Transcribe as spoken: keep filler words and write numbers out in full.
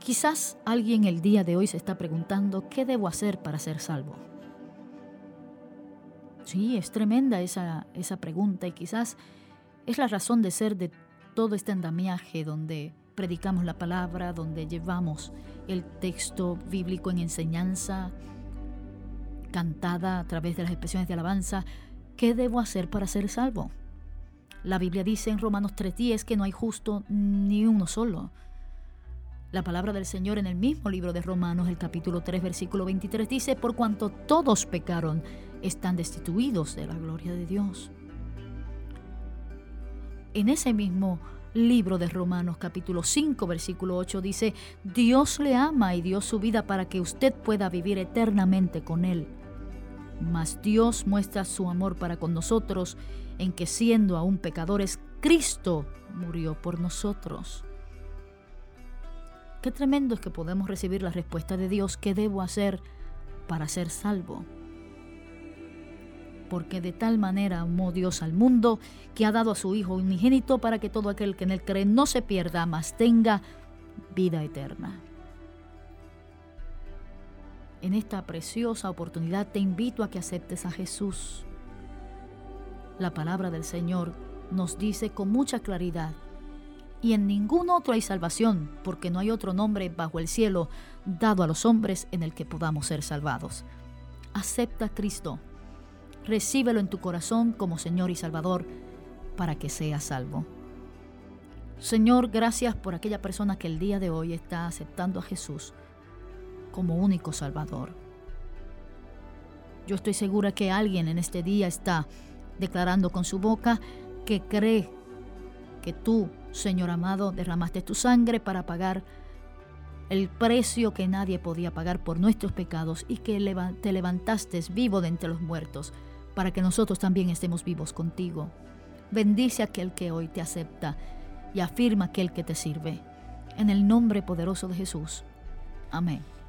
Quizás alguien el día de hoy se está preguntando, ¿qué debo hacer para ser salvo? Sí, es tremenda esa, esa pregunta y quizás es la razón de ser de todo este andamiaje donde predicamos la palabra, donde llevamos el texto bíblico en enseñanza, cantada a través de las expresiones de alabanza. ¿Qué debo hacer para ser salvo? La Biblia dice en Romanos tres diez que no hay justo ni uno solo. La palabra del Señor en el mismo libro de Romanos, el capítulo tres, versículo veintitrés, dice: por cuanto todos pecaron, están destituidos de la gloria de Dios. En ese mismo libro de Romanos, capítulo cinco, versículo ocho, dice: Dios le ama y dio su vida para que usted pueda vivir eternamente con Él. Mas Dios muestra su amor para con nosotros en que, siendo aún pecadores, Cristo murió por nosotros. Qué tremendo es que podemos recibir la respuesta de Dios: ¿qué debo hacer para ser salvo? Porque de tal manera amó Dios al mundo, que ha dado a su Hijo unigénito, para que todo aquel que en Él cree no se pierda, mas tenga vida eterna. En esta preciosa oportunidad te invito a que aceptes a Jesús. La palabra del Señor nos dice con mucha claridad: y en ningún otro hay salvación, porque no hay otro nombre bajo el cielo dado a los hombres en el que podamos ser salvados. Acepta a Cristo, recíbelo en tu corazón como Señor y Salvador, para que seas salvo. Señor, gracias por aquella persona que el día de hoy está aceptando a Jesús como único Salvador. Yo estoy segura que alguien en este día está declarando con su boca que cree que tú, Señor amado, derramaste tu sangre para pagar el precio que nadie podía pagar por nuestros pecados, y que te levantaste vivo de entre los muertos para que nosotros también estemos vivos contigo. Bendice a aquel que hoy te acepta y afirma a aquel que te sirve. En el nombre poderoso de Jesús. Amén.